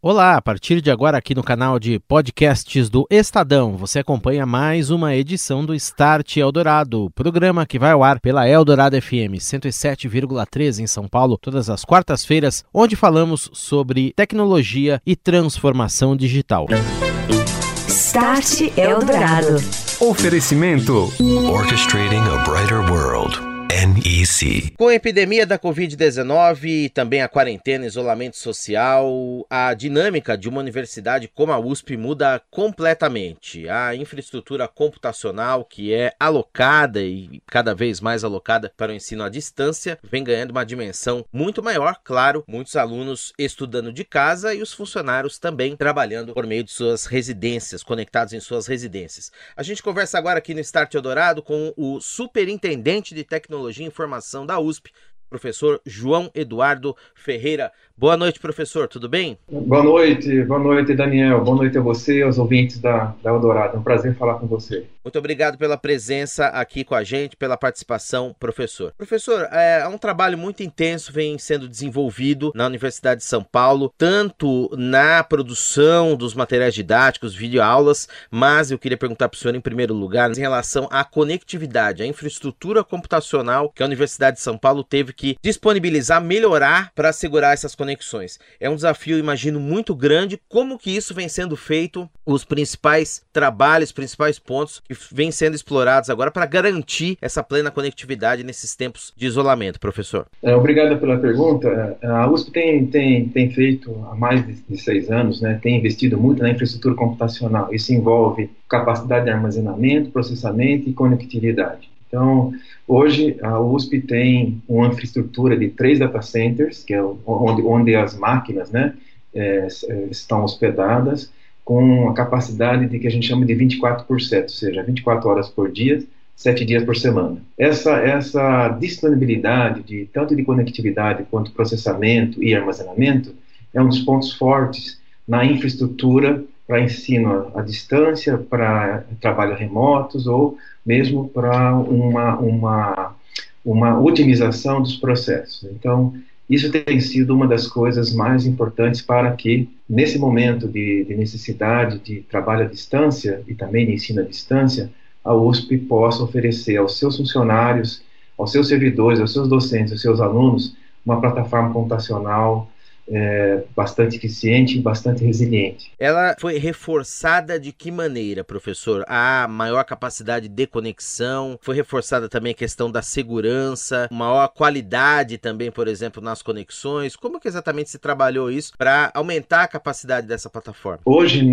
Olá, a partir de agora aqui no canal de podcasts do Estadão, você acompanha mais uma edição do Start Eldorado, programa que vai ao ar pela Eldorado FM 107,3 em São Paulo, todas as quartas-feiras, onde falamos sobre tecnologia e transformação digital. Start Eldorado. Oferecimento Orchestrating a Brighter World. NEC. Com a epidemia da Covid-19 e também a quarentena e isolamento social, a dinâmica de uma universidade como a USP muda completamente. A infraestrutura computacional que é alocada e cada vez mais alocada para o ensino à distância vem ganhando uma dimensão muito maior, claro, muitos alunos estudando de casa e os funcionários também trabalhando por meio de suas residências, conectados em suas residências. A gente conversa agora aqui no Start Eldorado com o superintendente de tecnologia e informação da USP, professor João Eduardo Ferreira. Boa noite, professor, tudo bem? Boa noite, Daniel. Boa noite a você e aos ouvintes da Eldorado. É um prazer falar com você. Muito obrigado pela presença aqui com a gente, pela participação, professor. Professor, é um trabalho muito intenso vem sendo desenvolvido na Universidade de São Paulo, tanto na produção dos materiais didáticos, videoaulas, mas eu queria perguntar para o senhor, em primeiro lugar, em relação à conectividade, à infraestrutura computacional que a Universidade de São Paulo teve que disponibilizar, melhorar para assegurar essas conexões. É um desafio, imagino, muito grande. Como que isso vem sendo feito, os principais trabalhos, principais pontos que vêm sendo explorados agora para garantir essa plena conectividade nesses tempos de isolamento, professor? Obrigado pela pergunta. A USP tem feito há mais de 6 anos, né, tem investido muito na infraestrutura computacional. Isso envolve capacidade de armazenamento, processamento e conectividade. Então, hoje a USP tem uma infraestrutura de 3 data centers, que é onde as máquinas, né, estão hospedadas, com a capacidade de que a gente chama de 24/7, ou seja, 24 horas por dia, 7 dias por semana. Essa disponibilidade tanto de conectividade quanto processamento e armazenamento é um dos pontos fortes na infraestrutura para ensino à distância, para trabalhos remotos ou mesmo para uma otimização dos processos. Então, isso tem sido uma das coisas mais importantes para que, nesse momento de necessidade de trabalho à distância e também de ensino à distância, a USP possa oferecer aos seus funcionários, aos seus servidores, aos seus docentes, aos seus alunos, uma plataforma computacional bastante eficiente e bastante resiliente. Ela foi reforçada de que maneira, professor? A maior capacidade de conexão, foi reforçada também a questão da segurança, maior qualidade também, por exemplo, nas conexões. Como que exatamente se trabalhou isso para aumentar a capacidade dessa plataforma? Hoje,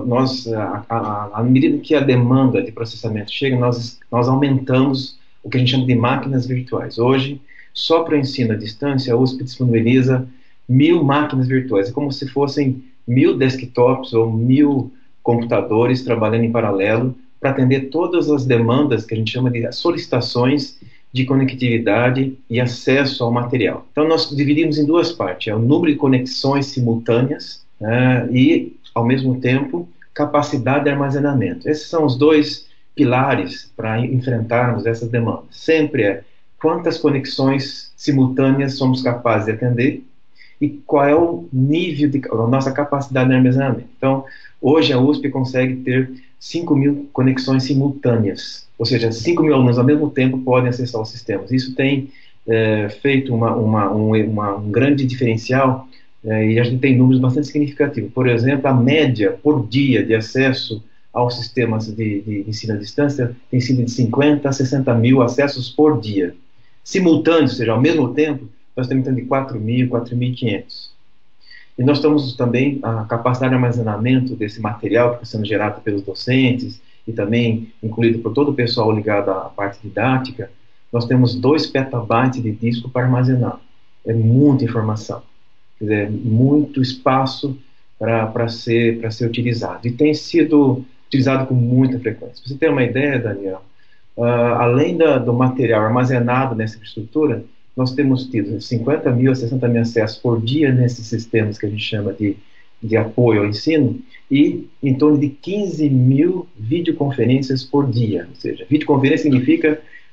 à medida que a demanda de processamento chega, nós aumentamos o que a gente chama de máquinas virtuais. Hoje, só para o ensino à distância, a USP disponibiliza 1.000 máquinas virtuais, é como se fossem 1.000 desktops ou 1.000 computadores trabalhando em paralelo para atender todas as demandas que a gente chama de solicitações de conectividade e acesso ao material. Então nós dividimos em 2 partes, o número de conexões simultâneas e, ao mesmo tempo, capacidade de armazenamento. Esses são os 2 pilares para enfrentarmos essas demandas. Sempre quantas conexões simultâneas somos capazes de atender e qual é o nível a nossa capacidade de armazenamento. Então, hoje a USP consegue ter 5.000 conexões simultâneas, ou seja, 5.000 alunos ao mesmo tempo podem acessar os sistemas. Isso tem feito um grande diferencial e a gente tem números bastante significativos. Por exemplo, a média por dia de acesso aos sistemas de ensino à distância tem sido de 50 a 60 mil acessos por dia. Simultâneos, ou seja, ao mesmo tempo, nós estamos tendo de 4.000, 4.500. E nós estamos também, a capacidade de armazenamento desse material que está sendo gerado pelos docentes e também incluído por todo o pessoal ligado à parte didática, nós temos 2 petabytes de disco para armazenar. É muita informação, quer dizer, muito espaço para ser utilizado. E tem sido utilizado com muita frequência. Para você ter uma ideia, Daniel, além do material armazenado nessa infraestrutura, nós temos tido 50 mil a 60 mil acessos por dia nesses sistemas que a gente chama de apoio ao ensino e em torno de 15 mil videoconferências por dia. Ou seja, videoconferência significa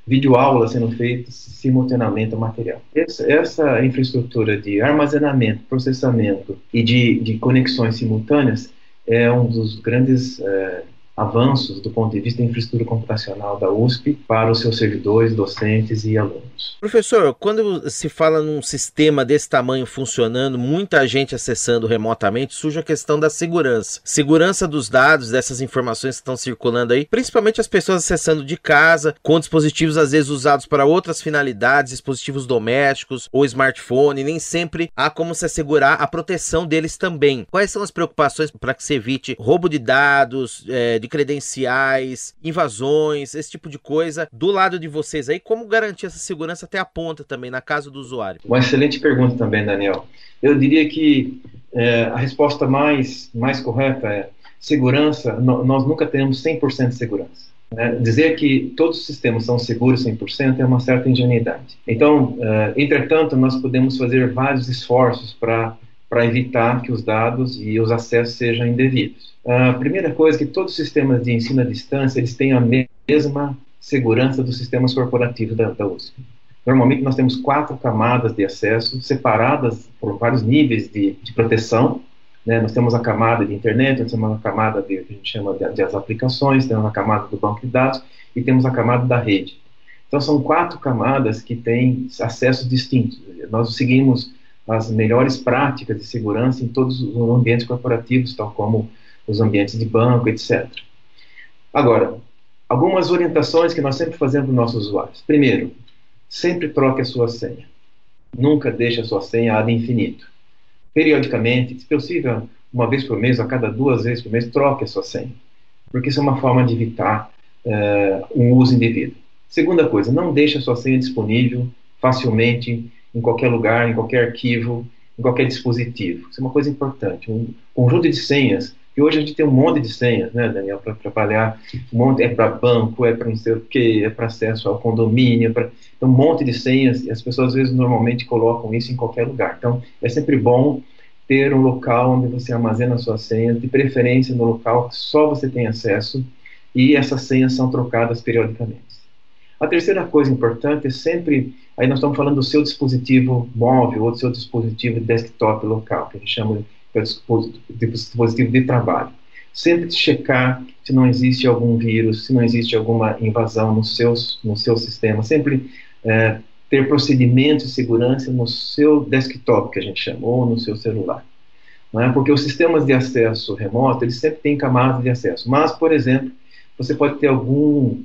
videoaulas sendo feitas simultaneamente ao material. Essa infraestrutura de armazenamento, processamento e de conexões simultâneas é um dos grandes avanços do ponto de vista da infraestrutura computacional da USP para os seus servidores, docentes e alunos. Professor, quando se fala num sistema desse tamanho funcionando, muita gente acessando remotamente, surge a questão da segurança. Segurança dos dados, dessas informações que estão circulando aí, principalmente as pessoas acessando de casa, com dispositivos às vezes usados para outras finalidades, dispositivos domésticos ou smartphone, nem sempre há como se assegurar a proteção deles também. Quais são as preocupações para que se evite roubo de dados, de credenciais, invasões, esse tipo de coisa, do lado de vocês aí? Como garantir essa segurança até a ponta também, na casa do usuário? Uma excelente pergunta também, Daniel. Eu diria que a resposta mais correta é segurança. Nós nunca temos 100% de segurança. Dizer que todos os sistemas são seguros 100% é uma certa ingenuidade. Então, entretanto, nós podemos fazer vários esforços para evitar que os dados e os acessos sejam indevidos. A primeira coisa é que todos os sistemas de ensino à distância eles têm a mesma segurança dos sistemas corporativos da USP. Normalmente nós temos 4 camadas de acesso separadas por vários níveis de proteção. Nós temos a camada de internet, nós temos a camada que a gente chama de as aplicações, temos a camada do banco de dados e temos a camada da rede. Então são 4 camadas que têm acessos distintos. Nós seguimos as melhores práticas de segurança em todos os ambientes corporativos, tal como os ambientes de banco, etc. Agora, algumas orientações que nós sempre fazemos para os nossos usuários. Primeiro, sempre troque a sua senha. Nunca deixe a sua senha ad infinito. Periodicamente, se possível, uma vez por mês, a cada 2 vezes por mês, troque a sua senha. Porque isso é uma forma de evitar um uso indevido. Segunda coisa, não deixe a sua senha disponível facilmente em qualquer lugar, em qualquer arquivo, em qualquer dispositivo. Isso é uma coisa importante. Um conjunto de senhas, e hoje a gente tem um monte de senhas, né, Daniel, para trabalhar. Um monte, é para banco, é para não sei o quê, é para acesso ao condomínio, então, um monte de senhas, e as pessoas às vezes normalmente colocam isso em qualquer lugar. Então, é sempre bom ter um local onde você armazena a sua senha, de preferência no local que só você tem acesso, e essas senhas são trocadas periodicamente. A terceira coisa importante é sempre, aí nós estamos falando do seu dispositivo móvel ou do seu dispositivo desktop local, que a gente chama de dispositivo de trabalho. Sempre checar se não existe algum vírus, se não existe alguma invasão no seu sistema. Sempre ter procedimentos de segurança no seu desktop, que a gente chama, ou no seu celular. Não é? Porque os sistemas de acesso remoto, eles sempre têm camadas de acesso. Mas, por exemplo, você pode ter algum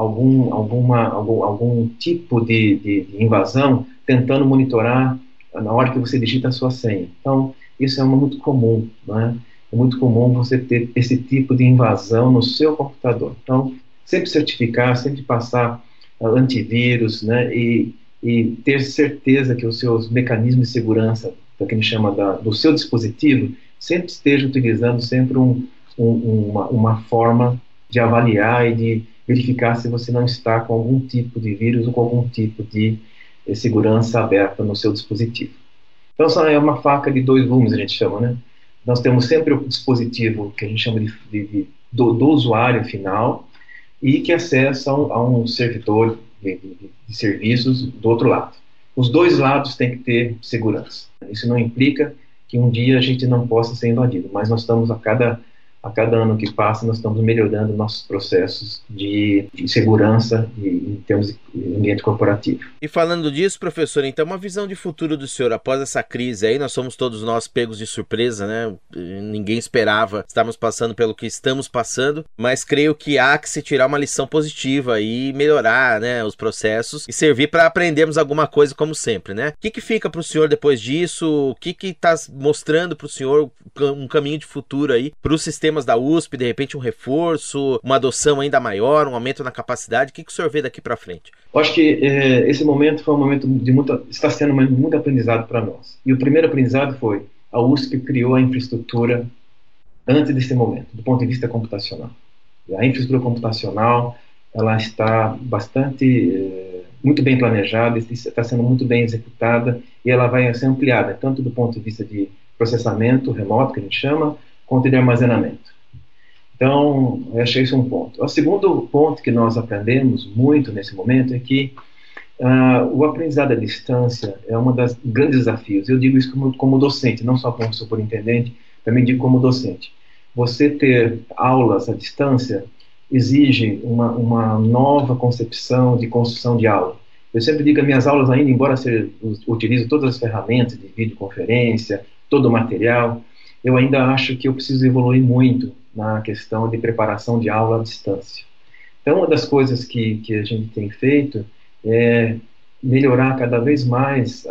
tipo de invasão tentando monitorar na hora que você digita a sua senha. Então, isso é muito comum, né? É muito comum você ter esse tipo de invasão no seu computador. Então, sempre certificar, sempre passar antivírus, né? E ter certeza que os seus mecanismos de segurança, que a gente chama do seu dispositivo, sempre esteja utilizando sempre uma forma de avaliar e de verificar se você não está com algum tipo de vírus ou com algum tipo de segurança aberta no seu dispositivo. Então, essa é uma faca de 2 gumes, a gente chama, né? Nós temos sempre o dispositivo que a gente chama do usuário final e que acessa a um servidor de serviços do outro lado. Os 2 lados têm que ter segurança. Isso não implica que um dia a gente não possa ser invadido, mas nós estamos a cada ano que passa, nós estamos melhorando nossos processos de segurança em termos de ambiente corporativo. E falando disso, professor, então uma visão de futuro do senhor após essa crise aí, nós somos todos nós pegos de surpresa, né? Ninguém esperava estarmos passando pelo que estamos passando, mas creio que há que se tirar uma lição positiva e melhorar, né, os processos e servir para aprendermos alguma coisa como sempre, né? O que fica para o senhor depois disso? O que está mostrando para o senhor um caminho de futuro aí para os sistemas da USP, de repente um reforço, uma adoção ainda maior, um aumento na capacidade? O que o senhor vê daqui para frente? Eu acho que esse momento foi um momento está sendo muito aprendizado para nós. E o primeiro aprendizado foi, a USP criou a infraestrutura antes desse momento, do ponto de vista computacional. E a infraestrutura computacional, ela está muito bem planejada, está sendo muito bem executada e ela vai ser ampliada, tanto do ponto de vista de processamento remoto, que a gente chama, quanto de armazenamento. Então, eu achei isso um ponto. O segundo ponto que nós aprendemos muito nesse momento é que o aprendizado à distância é um dos grandes desafios. Eu digo isso como docente, não só como superintendente, também digo como docente. Você ter aulas à distância exige uma nova concepção de construção de aula. Eu sempre digo que as minhas aulas ainda, embora utilize todas as ferramentas de videoconferência, todo o material, eu ainda acho que eu preciso evoluir muito na questão de preparação de aula à distância. Então, uma das coisas que a gente tem feito é melhorar cada vez mais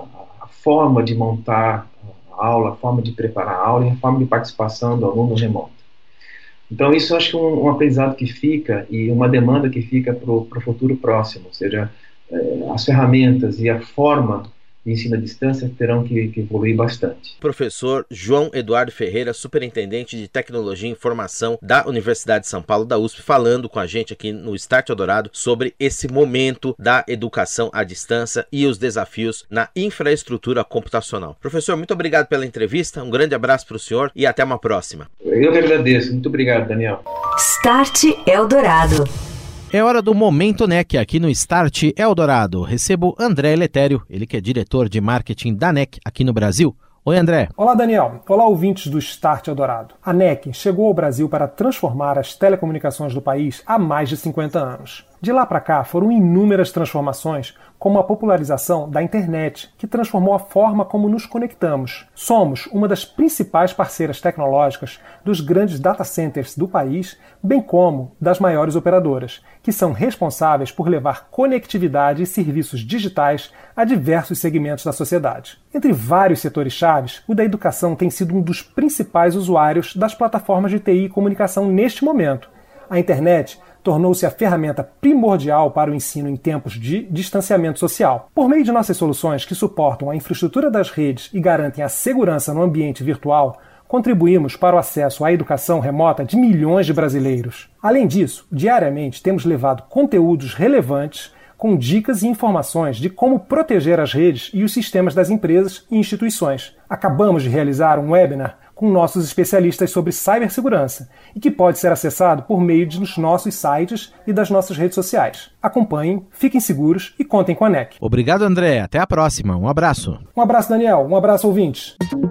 a forma de montar a aula, a forma de preparar a aula e a forma de participação do aluno remoto. Então, isso eu acho que é um aprendizado que fica e uma demanda que fica para o futuro próximo, ou seja, as ferramentas e a forma de ensino à distância terão que evoluir bastante. Professor João Eduardo Ferreira, superintendente de Tecnologia e Informação da Universidade de São Paulo, da USP, falando com a gente aqui no Start Eldorado sobre esse momento da educação à distância e os desafios na infraestrutura computacional. Professor, muito obrigado pela entrevista, um grande abraço para o senhor e até uma próxima. Eu que agradeço, muito obrigado, Daniel. Start Eldorado. É hora do Momento NEC aqui no Start Eldorado. Recebo André Eletério, ele que é diretor de marketing da NEC aqui no Brasil. Oi, André. Olá, Daniel. Olá, ouvintes do Start Eldorado. A NEC chegou ao Brasil para transformar as telecomunicações do país há mais de 50 anos. De lá para cá foram inúmeras transformações, como a popularização da internet, que transformou a forma como nos conectamos. Somos uma das principais parceiras tecnológicas dos grandes data centers do país, bem como das maiores operadoras, que são responsáveis por levar conectividade e serviços digitais a diversos segmentos da sociedade. Entre vários setores chaves, o da educação tem sido um dos principais usuários das plataformas de TI e comunicação neste momento. A internet tornou-se a ferramenta primordial para o ensino em tempos de distanciamento social. Por meio de nossas soluções que suportam a infraestrutura das redes e garantem a segurança no ambiente virtual, contribuímos para o acesso à educação remota de milhões de brasileiros. Além disso, diariamente temos levado conteúdos relevantes com dicas e informações de como proteger as redes e os sistemas das empresas e instituições. Acabamos de realizar um webinar com nossos especialistas sobre cibersegurança e que pode ser acessado por meio dos nossos sites e das nossas redes sociais. Acompanhem, fiquem seguros e contem com a NEC. Obrigado, André. Até a próxima. Um abraço. Um abraço, Daniel. Um abraço, ouvintes.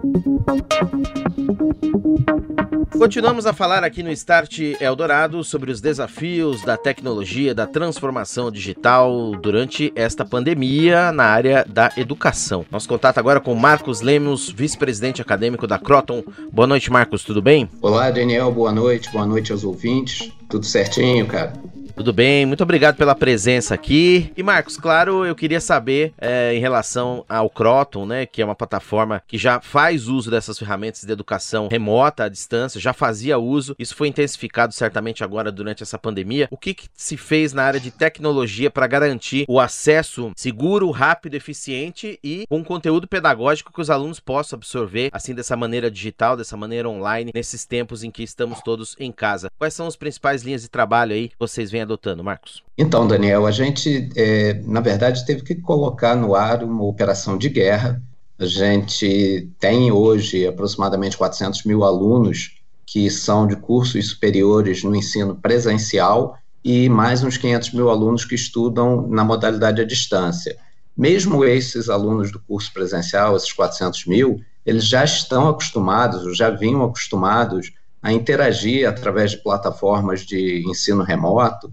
Continuamos a falar aqui no Start Eldorado sobre os desafios da tecnologia, da transformação digital durante esta pandemia na área da educação. Nosso contato agora com Marcos Lemos, vice-presidente acadêmico da Croton. Boa noite, Marcos, tudo bem? Olá, Daniel, boa noite aos ouvintes. Tudo certinho, cara? Tudo bem, muito obrigado pela presença aqui. E Marcos, claro, eu queria saber em relação ao Croton, né, que é uma plataforma que já faz uso dessas ferramentas de educação remota, à distância, já fazia uso. Isso foi intensificado certamente agora durante essa pandemia. O que se fez na área de tecnologia para garantir o acesso seguro, rápido, eficiente e com conteúdo pedagógico que os alunos possam absorver, assim, dessa maneira digital, dessa maneira online, nesses tempos em que estamos todos em casa? Quais são as principais linhas de trabalho aí que vocês vêm adotando, Marcos? Então, Daniel, a gente, na verdade, teve que colocar no ar uma operação de guerra. A gente tem hoje aproximadamente 400 mil alunos que são de cursos superiores no ensino presencial e mais uns 500 mil alunos que estudam na modalidade à distância. Mesmo esses alunos do curso presencial, esses 400 mil, eles já estão acostumados, já vinham acostumados a interagir através de plataformas de ensino remoto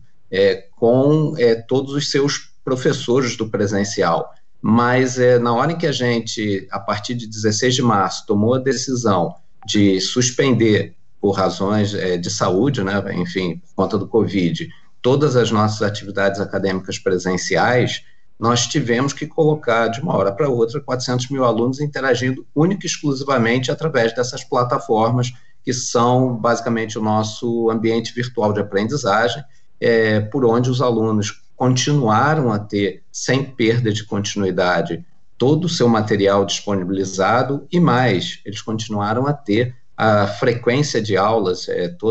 com todos os seus professores do presencial. Mas na hora em que a gente, a partir de 16 de março, tomou a decisão de suspender, por razões de saúde, né, enfim, por conta do Covid, todas as nossas atividades acadêmicas presenciais, nós tivemos que colocar de uma hora para outra 400 mil alunos interagindo única e exclusivamente através dessas plataformas que são basicamente o nosso ambiente virtual de aprendizagem, por onde os alunos continuaram a ter, sem perda de continuidade, todo o seu material disponibilizado e mais, eles continuaram a ter a frequência de aulas,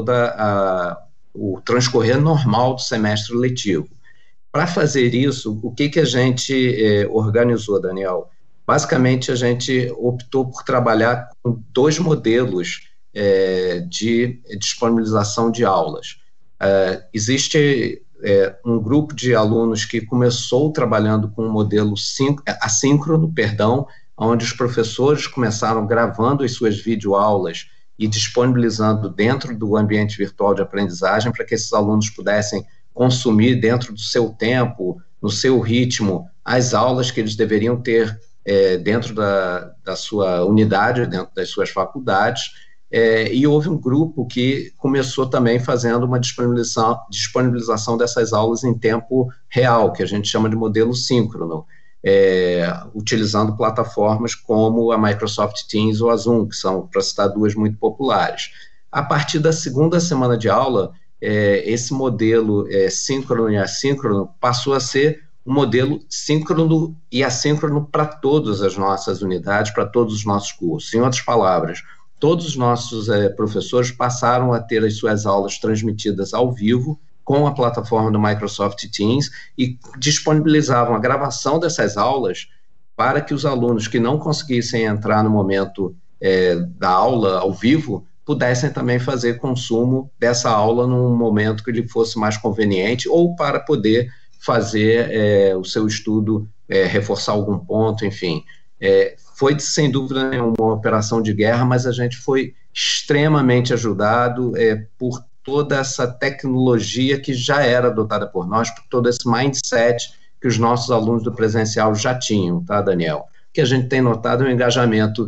o transcorrer normal do semestre letivo. Para fazer isso, o que a gente organizou, Daniel? Basicamente, a gente optou por trabalhar com dois modelos de disponibilização de aulas. Existe um grupo de alunos que começou trabalhando com um modelo assíncrono, onde os professores começaram gravando as suas videoaulas e disponibilizando dentro do ambiente virtual de aprendizagem para que esses alunos pudessem consumir dentro do seu tempo, no seu ritmo, as aulas que eles deveriam ter dentro da sua unidade, dentro das suas faculdades, e houve um grupo que começou também fazendo uma disponibilização dessas aulas em tempo real, que a gente chama de modelo síncrono, utilizando plataformas como a Microsoft Teams ou a Zoom, que são, para citar, duas muito populares. A partir da segunda semana de aula, esse modelo síncrono e assíncrono passou a ser um modelo síncrono e assíncrono para todas as nossas unidades, para todos os nossos cursos. Em outras palavras, todos os nossos professores passaram a ter as suas aulas transmitidas ao vivo com a plataforma do Microsoft Teams e disponibilizavam a gravação dessas aulas para que os alunos que não conseguissem entrar no momento da aula ao vivo pudessem também fazer consumo dessa aula num momento que lhe fosse mais conveniente ou para poder fazer o seu estudo, reforçar algum ponto, enfim. Foi, sem dúvida nenhuma, uma operação de guerra, mas a gente foi extremamente ajudado por toda essa tecnologia que já era adotada por nós, por todo esse mindset que os nossos alunos do presencial já tinham, tá, Daniel? O que a gente tem notado é um engajamento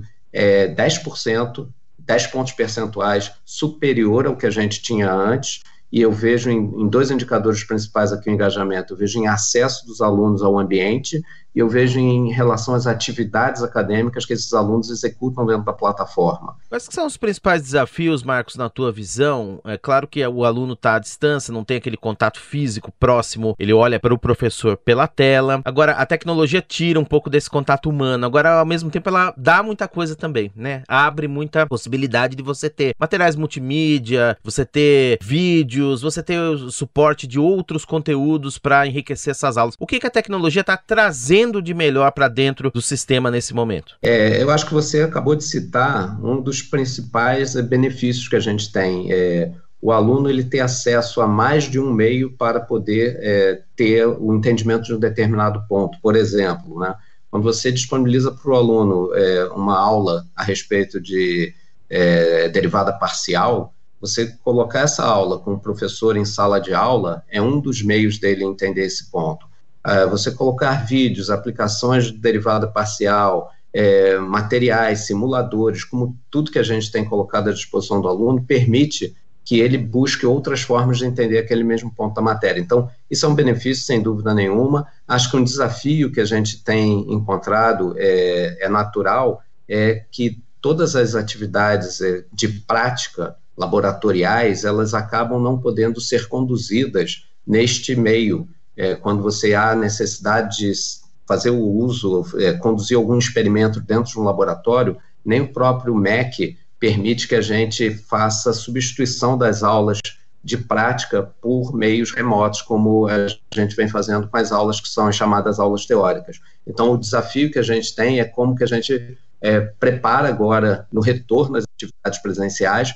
10%, 10 pontos percentuais superior ao que a gente tinha antes, e eu vejo em dois indicadores principais aqui o engajamento. Eu vejo em acesso dos alunos ao ambiente e eu vejo em relação às atividades acadêmicas que esses alunos executam dentro da plataforma. Quais são os principais desafios, Marcos, na tua visão? É claro que o aluno está à distância, não tem aquele contato físico próximo, ele olha para o professor pela tela. Agora, a tecnologia tira um pouco desse contato humano. Agora, ao mesmo tempo, ela dá muita coisa também, né? Abre muita possibilidade de você ter materiais multimídia, você ter vídeos, você ter o suporte de outros conteúdos para enriquecer essas aulas. O que a tecnologia está trazendo de melhor para dentro do sistema nesse momento? Eu acho que você acabou de citar um dos principais benefícios que a gente tem. O aluno ele ter acesso a mais de um meio para poder ter o entendimento de um determinado ponto. Por exemplo, né, quando você disponibiliza para o aluno uma aula a respeito de derivada parcial, você colocar essa aula com o professor em sala de aula é um dos meios dele entender esse ponto. Você colocar vídeos, aplicações de derivada parcial, materiais, simuladores, como tudo que a gente tem colocado à disposição do aluno, permite que ele busque outras formas de entender aquele mesmo ponto da matéria. Então, isso é um benefício, sem dúvida nenhuma. Acho que um desafio que a gente tem encontrado natural, que todas as atividades de prática laboratoriais, elas acabam não podendo ser conduzidas neste meio, quando você há necessidade de fazer o uso, conduzir algum experimento dentro de um laboratório, nem o próprio MEC permite que a gente faça substituição das aulas de prática por meios remotos, como a gente vem fazendo com as aulas que são as chamadas aulas teóricas. Então, o desafio que a gente tem é como que a gente prepara agora, no retorno às atividades presenciais,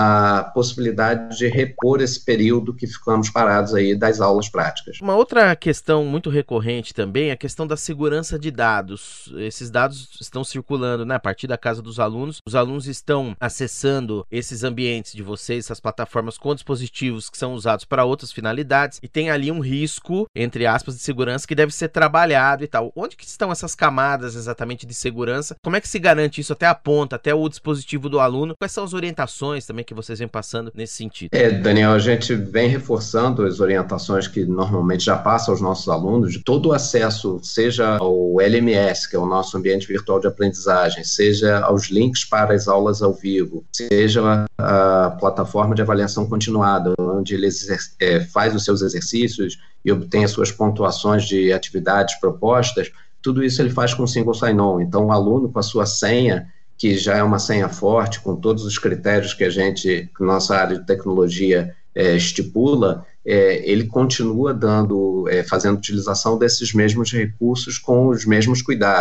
a possibilidade de repor esse período que ficamos parados aí das aulas práticas. Uma outra questão muito recorrente também é a questão da segurança de dados. Esses dados estão circulando, né, a partir da casa dos alunos. Os alunos estão acessando esses ambientes de vocês, essas plataformas com dispositivos que são usados para outras finalidades e tem ali um risco, entre aspas, de segurança que deve ser trabalhado e tal. Onde que estão essas camadas exatamente de segurança? Como é que se garante isso até a ponta, até o dispositivo do aluno? Quais são as orientações também que vocês vêm passando nesse sentido? Daniel, a gente vem reforçando as orientações que normalmente já passa aos nossos alunos, de todo o acesso, seja ao LMS, que é o nosso ambiente virtual de aprendizagem, seja aos links para as aulas ao vivo, seja a plataforma de avaliação continuada, onde ele faz os seus exercícios e obtém as suas pontuações de atividades propostas, tudo isso ele faz com single sign-on. Então, o aluno com a sua senha, que já é uma senha forte, com todos os critérios que nossa área de tecnologia estipula, ele continua fazendo utilização desses mesmos recursos com os mesmos cuidados.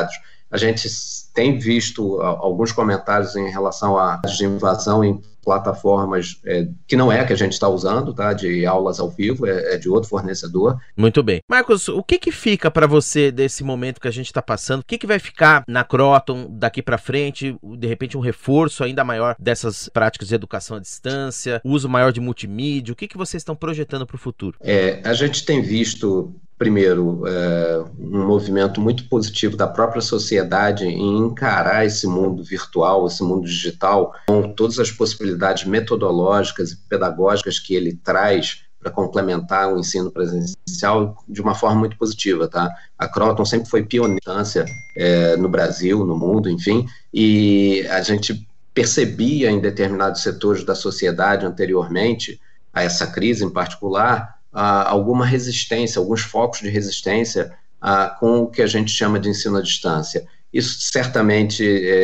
A gente tem visto alguns comentários em relação à invasão em plataformas que não é a que a gente está usando, tá? De aulas ao vivo, é de outro fornecedor. Muito bem. Marcos, o que fica para você desse momento que a gente está passando? O que vai ficar na Kroton daqui para frente? De repente um reforço ainda maior dessas práticas de educação à distância, uso maior de multimídia? O que vocês estão projetando para o futuro? A gente tem visto, primeiro, um movimento muito positivo da própria sociedade em encarar esse mundo virtual, esse mundo digital, com todas as possibilidades metodológicas e pedagógicas que ele traz para complementar o ensino presencial de uma forma muito positiva, tá? A Kroton sempre foi pioneira no Brasil, no mundo, enfim, e a gente percebia em determinados setores da sociedade anteriormente, a essa crise em particular, alguma resistência, alguns focos de resistência com o que a gente chama de ensino à distância. Isso certamente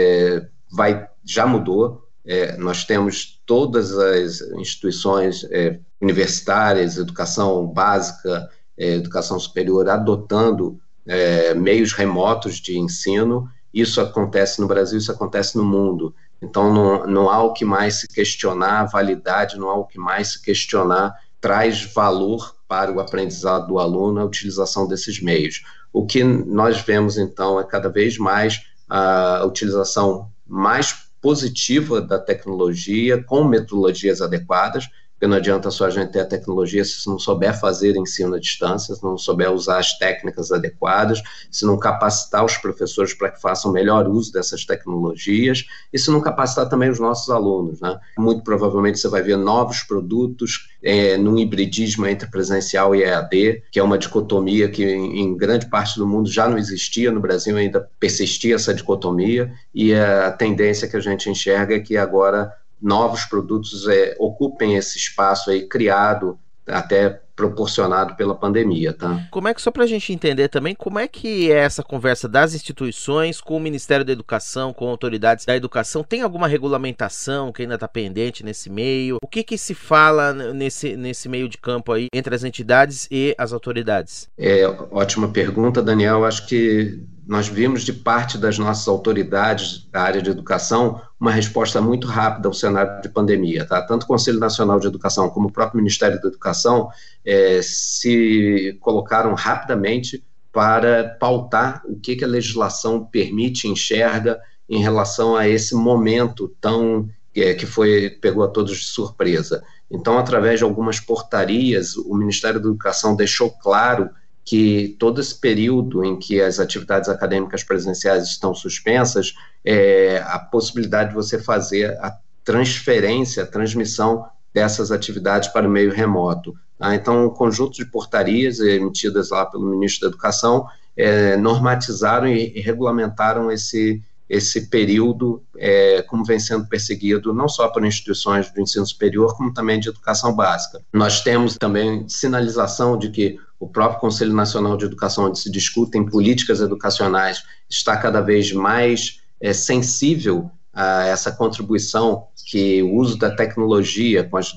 já mudou. Nós temos todas as instituições universitárias, educação básica, educação superior, adotando meios remotos de ensino. Isso acontece no Brasil, isso acontece no mundo. Então, não há o que mais se questionar a validade, não há o que mais se questionar, traz valor para o aprendizado do aluno a utilização desses meios. O que nós vemos, então, é cada vez mais a utilização mais positiva da tecnologia, com metodologias adequadas, porque não adianta só a gente ter a tecnologia se não souber fazer ensino à distância, se não souber usar as técnicas adequadas, se não capacitar os professores para que façam melhor uso dessas tecnologias, e se não capacitar também os nossos alunos, né? Muito provavelmente você vai ver novos produtos num hibridismo entre presencial e EAD, que é uma dicotomia que em grande parte do mundo já não existia, no Brasil ainda persistia essa dicotomia, e a tendência que a gente enxerga é que agora novos produtos ocupem esse espaço aí criado, até proporcionado pela pandemia, tá? Como é que, só pra gente entender também, como é que é essa conversa das instituições com o Ministério da Educação, com autoridades da educação? Tem alguma regulamentação que ainda está pendente nesse meio? O que se fala nesse meio de campo aí entre as entidades e as autoridades? Ótima pergunta, Daniel. Acho que nós vimos de parte das nossas autoridades da área de educação uma resposta muito rápida ao cenário de pandemia, tá? Tanto o Conselho Nacional de Educação como o próprio Ministério da Educação se colocaram rapidamente para pautar o que a legislação permite, enxerga em relação a esse momento que pegou a todos de surpresa. Então, através de algumas portarias, o Ministério da Educação deixou claro que todo esse período em que as atividades acadêmicas presenciais estão suspensas, a possibilidade de você fazer a transferência, a transmissão dessas atividades para o meio remoto. Então, um conjunto de portarias emitidas lá pelo ministro da Educação normatizaram e regulamentaram esse período como vem sendo perseguido não só por instituições do ensino superior, como também de educação básica. Nós temos também sinalização de que o próprio Conselho Nacional de Educação, onde se discutem políticas educacionais, está cada vez mais sensível a essa contribuição que o uso da tecnologia com as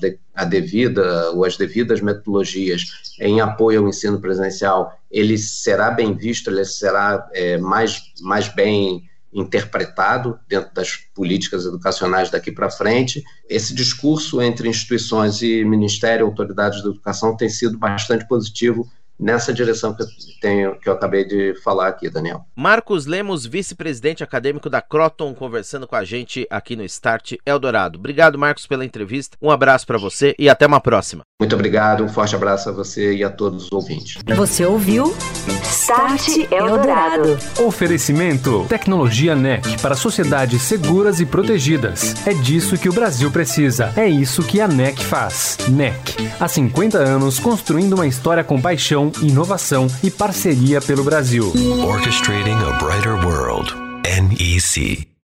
devidas metodologias em apoio ao ensino presencial, ele será bem visto, ele será mais bem interpretado dentro das políticas educacionais daqui para frente. Esse discurso entre instituições e Ministério e autoridades da educação tem sido bastante positivo nessa direção que eu acabei de falar aqui, Daniel. Marcos Lemos, vice-presidente acadêmico da Kroton, conversando com a gente aqui no Start Eldorado. Obrigado, Marcos, pela entrevista. Um abraço para você e até uma próxima. Muito obrigado, um forte abraço a você e a todos os ouvintes. Você ouviu Start Eldorado. Oferecimento: Tecnologia NEC para sociedades seguras e protegidas. É disso que o Brasil precisa. É isso que a NEC faz. NEC, há 50 anos construindo uma história com paixão, inovação e parceria pelo Brasil. Orchestrating a Brighter World. NEC.